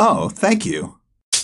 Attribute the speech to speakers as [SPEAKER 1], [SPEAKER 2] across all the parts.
[SPEAKER 1] Oh, thank you.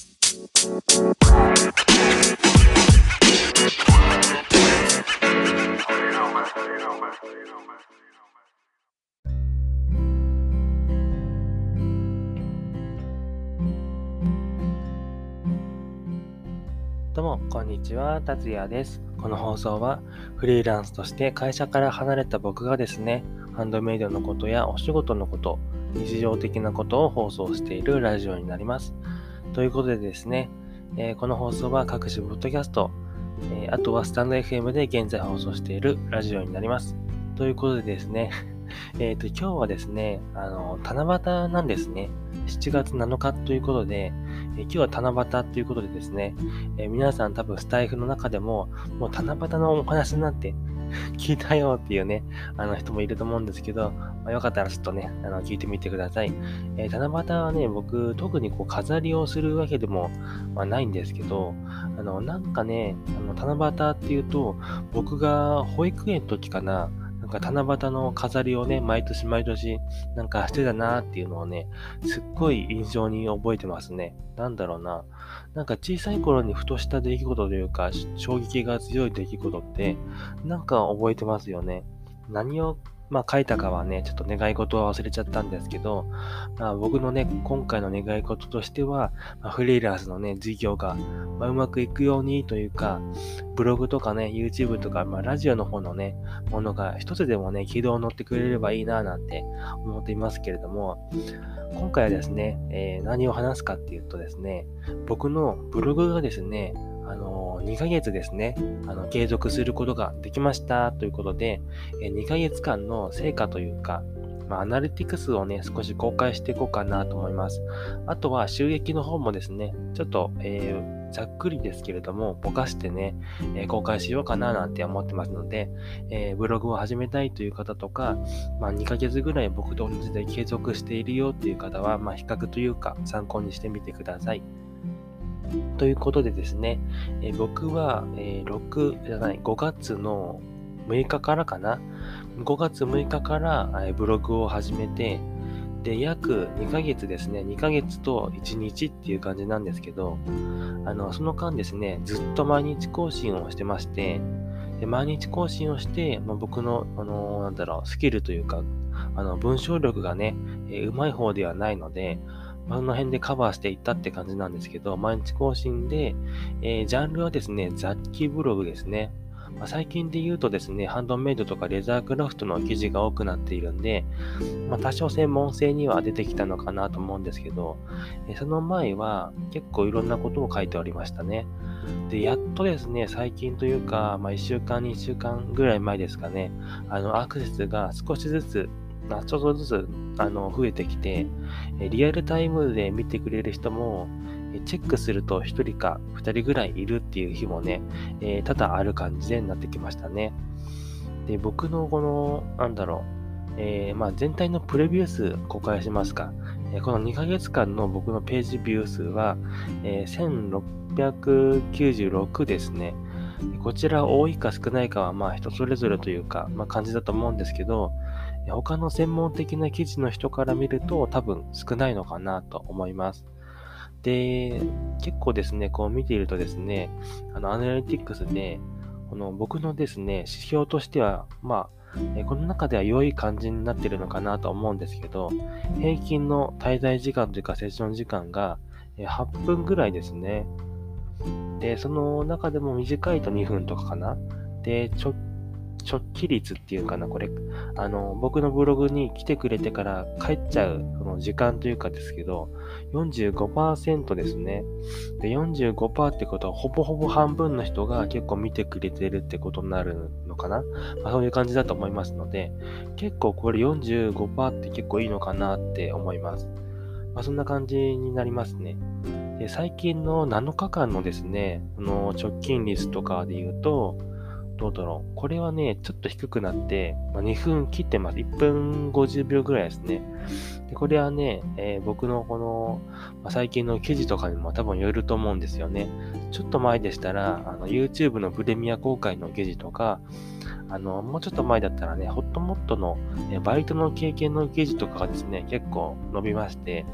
[SPEAKER 2] どうも、こんにちは、達也です。この放送は、フリーランスとして会社から離れた僕がですね、ハンドメイドのことやお仕事のこと、日常的なことを放送しているラジオになります。ということでですね、この放送は各種ポッドキャスト、あとはスタンド FM で現在放送しているラジオになります。ということでですね、今日はですね、七夕なんですね。7月7日ということで、今日は七夕ということでですね、皆さん多分スタイフの中でも、もう七夕のお話なんて聞いたよっていうね、人もいると思うんですけど、よかったらちょっとね、聞いてみてください。七夕はね、僕、特に飾りをするわけでも、ないんですけど、なんかね、七夕っていうと、僕が保育園の時かな、なんか七夕の飾りをね、毎年毎年、なんかしてたなーっていうのをね、すっごい印象に覚えてますね。なんだろうな。なんか小さい頃にふとした出来事というか、衝撃が強い出来事って、なんか覚えてますよね。何を、書いたかはね、ちょっと願い事は忘れちゃったんですけど、僕のね、今回の願い事としては、フリーランスのね、事業が、うまくいくようにというか、ブログとかね、YouTube とか、ラジオの方のね、ものが一つでもね、軌道に乗ってくれればいいななんて思っていますけれども、今回はですね、何を話すかっていうとですね、僕のブログがですね、2ヶ月ですね、継続することができましたということで、2ヶ月間の成果というか、アナリティクスをね、少し公開していこうかなと思います。あとは収益の方もですね、ちょっと、ざっくりですけれども、ぼかしてね、公開しようかななんて思ってますので、ブログを始めたいという方とか、2ヶ月ぐらい僕と同じで継続しているよっていう方は、比較というか参考にしてみてください。ということでですね、僕は、5月の6日からかな。5月6日から、ブログを始めて、で、約2ヶ月ですね。2ヶ月と1日っていう感じなんですけど、その間ですね、ずっと毎日更新をしてまして、で毎日更新をして、僕の、スキルというか、文章力がね、うまい方ではないので、その辺でカバーしていったって感じなんですけど、毎日更新で、ジャンルはですね、雑記ブログですね。最近で言うとですね、ハンドメイドとかレザークラフトの記事が多くなっているんで、多少専門性には出てきたのかなと思うんですけど、その前は結構いろんなことを書いておりましたね。で、やっとですね、最近というか、1週間、2週間ぐらい前ですかね、アクセスが少しずつ、ちょっとずつ、増えてきて、リアルタイムで見てくれる人も、チェックすると1人か2人ぐらいいるっていう日もね、多々ある感じでなってきましたね。で、僕のこの、全体のプレビュー数公開しますか。この2ヶ月間の僕のページビュー数は、1696ですね。こちら多いか少ないかは人それぞれというか、感じだと思うんですけど、他の専門的な記事の人から見ると多分少ないのかなと思います。で、結構ですね、こう見ているとですね、アナリティクスで、この僕のですね、指標としては、この中では良い感じになっているのかなと思うんですけど、平均の滞在時間というかセッション時間が8分ぐらいですね。で、その中でも短いと2分とかかな。で、直帰率っていうかな、これ、僕のブログに来てくれてから帰っちゃう、その時間というかですけど、45% ですね。で、45% ってことは、ほぼほぼ半分の人が結構見てくれてるってことになるのかな。そういう感じだと思いますので、結構これ 45% って結構いいのかなって思います。そんな感じになりますね。で、最近の7日間のですね、直近率とかで言うと、どうだろう。これはね、ちょっと低くなって、2分切ってます。1分50秒ぐらいですね。でこれはね、僕のこの、最近の記事とかにも多分よると思うんですよね。ちょっと前でしたら、YouTube のプレミア公開の記事とか、もうちょっと前だったらね、ホットモットの、バイトの経験の記事とかがですね、結構伸びまして、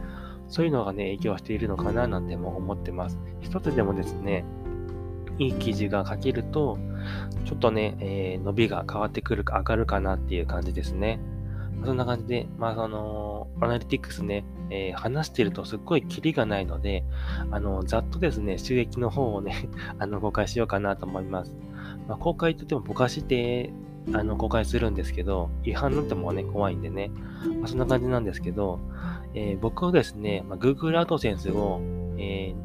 [SPEAKER 2] そういうのがね、影響しているのかななんても思ってます。一つでもですね、いい記事が書けると、ちょっとね、伸びが変わってくるか、上がるかなっていう感じですね。そんな感じで、アナリティクスね、話してるとすっごいキリがないので、ざっとですね、収益の方をね、公開しようかなと思います。公開といってもぼかして、公開するんですけど、違反になってもね、怖いんでね。そんな感じなんですけど、僕はですね、Google AdSense を、え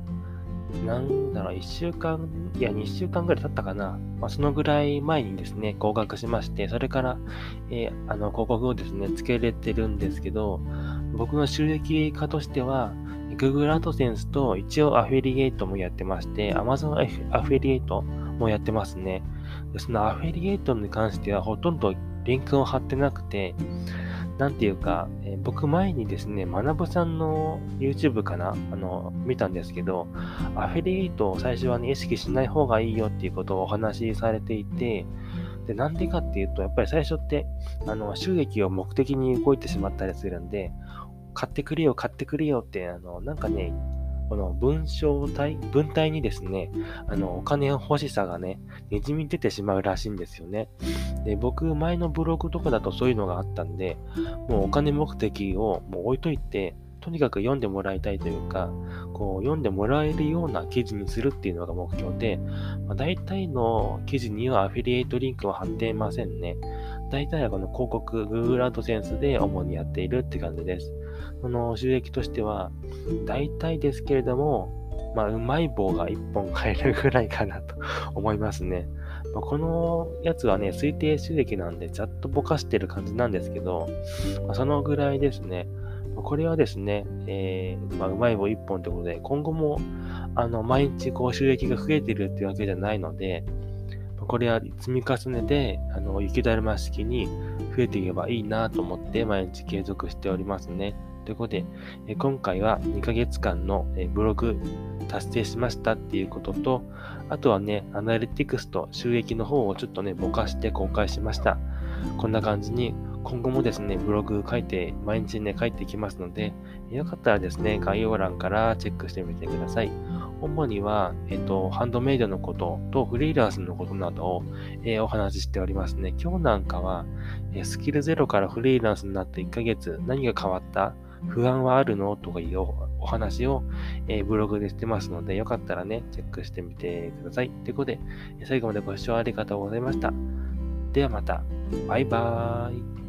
[SPEAKER 2] 1週間、いや、2週間ぐらい経ったかな。そのぐらい前にですね、合格しまして、それから、広告をですね、つけれてるんですけど、僕の収益化としては、Google AdSense と一応アフィリエイトもやってまして、Amazon アフィリエイトもやってますね。でそのアフィリエイトに関してはほとんどリンクを貼ってなくて、なんていうか、僕前にですね、学さんの YouTube かな見たんですけど、アフィリエイトを最初はね、意識しない方がいいよっていうことをお話しされていて、で、なんでかっていうと、やっぱり最初って、収益を目的に動いてしまったりするんで、買ってくれよ、買ってくれよって、なんかね、この文体にですね、お金欲しさがね、滲み出てしまうらしいんですよね。で、僕、前のブログとかだとそういうのがあったんで、もうお金目的をもう置いといて、とにかく読んでもらいたいというか、こう、読んでもらえるような記事にするっていうのが目標で、大体の記事にはアフィリエイトリンクは貼っていませんね。大体はこの広告、Google AdSense で主にやっているって感じです。この収益としては、大体ですけれども、うまい棒が1本買えるぐらいかなと思いますね。このやつはね、推定収益なんで、ざっとぼかしてる感じなんですけど、そのぐらいですね。これはですね、うまい棒1本ということで、今後も、毎日こう収益が増えてるっていうわけじゃないので、これは積み重ねで、雪だるま式に増えていけばいいなと思って毎日継続しておりますね。ということで、今回は2ヶ月間のブログ達成しましたっていうことと、あとはね、アナリティクスと収益の方をちょっとね、ぼかして公開しました。こんな感じに、今後もですね、ブログ毎日ね、書いていきますので、よかったらですね、概要欄からチェックしてみてください。主には、ハンドメイドのこととフリーランスのことなどを、お話ししておりますね。今日なんかは、スキルゼロからフリーランスになって1ヶ月、何が変わった？不安はあるのとかいうお話を、ブログでしてますので、よかったらね、チェックしてみてください。ということで、最後までご視聴ありがとうございました。ではまた。バイバーイ。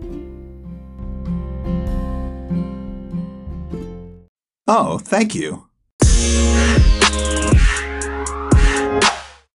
[SPEAKER 1] Oh, thank you.